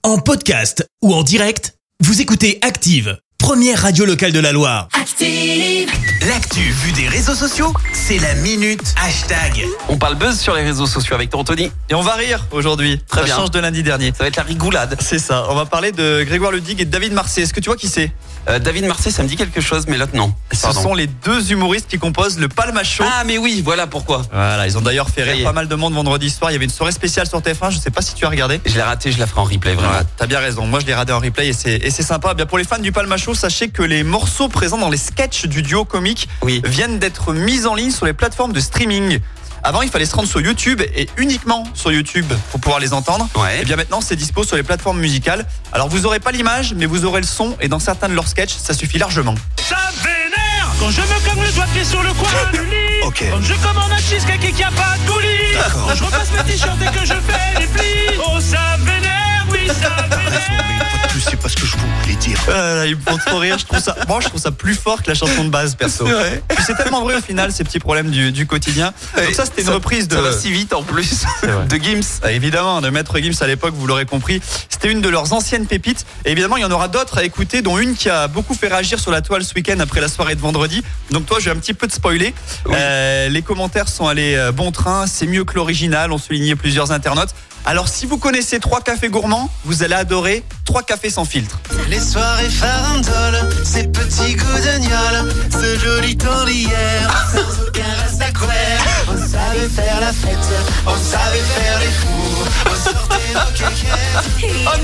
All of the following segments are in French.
En podcast ou en direct, vous écoutez Active, première radio locale de la Loire. Active. L'actu vue des réseaux sociaux, c'est la minute hashtag. On parle buzz sur les réseaux sociaux avec toi, Anthony. Et on va rire aujourd'hui. Très Ça bien. change de lundi dernier. Ça va être la rigoulade. C'est ça. On va parler de Grégoire Ludig et de David Marseille. Est-ce que tu vois qui c'est? David Marseille, ça me dit quelque chose, mais l'autre non. Ce Pardon. sont les deux humoristes qui composent le Palma Show. Ah mais oui, voilà pourquoi. Voilà, ils ont d'ailleurs fait Ça y rire est. pas mal de monde vendredi soir. Il y avait une soirée spéciale sur TF1. Je sais pas si tu as regardé. Je l'ai raté, je la ferai en replay vraiment. Voilà, t'as bien raison. Moi, je l'ai radé en replay et c'est sympa. Bien pour les fans du Palma Show, sachez que les morceaux présents dans les sketchs du duo comique Oui. viennent d'être mis en ligne sur les plateformes de streaming. Avant, il fallait se rendre sur YouTube et uniquement sur YouTube pour pouvoir les entendre. Ouais. Et bien maintenant, c'est dispo sur les plateformes musicales. Alors, vous aurez pas l'image, mais vous aurez le son. Et dans certains de leurs sketchs, ça suffit largement. Ça vénère quand je me cogne le doigt pied sur le coin du lit. Ok. Quand je commande un cheesecake et qu'il n'y a pas de coulis. Quand je repasse mes t-shirts et que je fais les plis. Oh ça vénère, oui ça vénère. C'est pas ce que je voulais dire. Ils me font trop rire. Moi, je trouve ça plus fort que la chanson de base, perso. Ouais. Puis c'est tellement vrai au final, ces petits problèmes du quotidien. Donc ça, c'était une reprise de... Ça va si vite en plus vrai. de Gims. Évidemment, de Maître Gims à l'époque, vous l'aurez compris, c'était une de leurs anciennes pépites. Et évidemment, il y en aura d'autres à écouter, dont une qui a beaucoup fait réagir sur la toile ce week-end après la soirée de vendredi. Donc toi, je vais un petit peu te spoiler. Oui. Les commentaires sont allés bon train, c'est mieux que l'original, ont souligné plusieurs internautes. Alors si vous connaissez 3 cafés gourmands, vous allez adorer 3 cafés sans filtre. Les soirées farandoles, ces petits goûts de gnôle, ce joli temps d'hier, sans aucun reste à couer. On savait faire la fête, on savait faire les fous, on sortait nos caquettes. Oh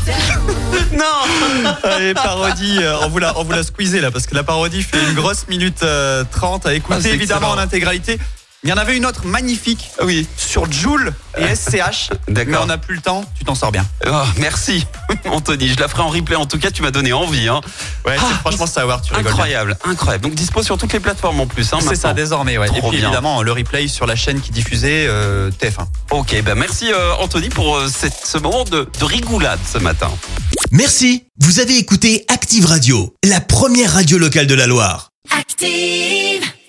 non. Non. Allez, parodie, on vous la squeezez là, parce que la parodie fait une grosse minute 30 à écouter, Ah, c'est évidemment excellent. en intégralité. Il y en avait une autre magnifique, Oui. sur Joule et SCH, D'accord. mais on n'a plus le temps, tu t'en sors bien. Oh, merci Anthony, je la ferai en replay. En tout cas, tu m'as donné envie. Hein. Ouais, Ah, franchement, ça va voir, tu rigoles bien. Incroyable, incroyable. Donc dispo sur toutes les plateformes en plus. Hein, C'est ça maintenant. désormais, ouais. Et Trop puis bien. évidemment, le replay sur la chaîne qui diffusait TF1. Ok, ben merci Anthony pour ce moment de rigoulade ce matin. Merci. Vous avez écouté Active Radio, la première radio locale de la Loire. Active.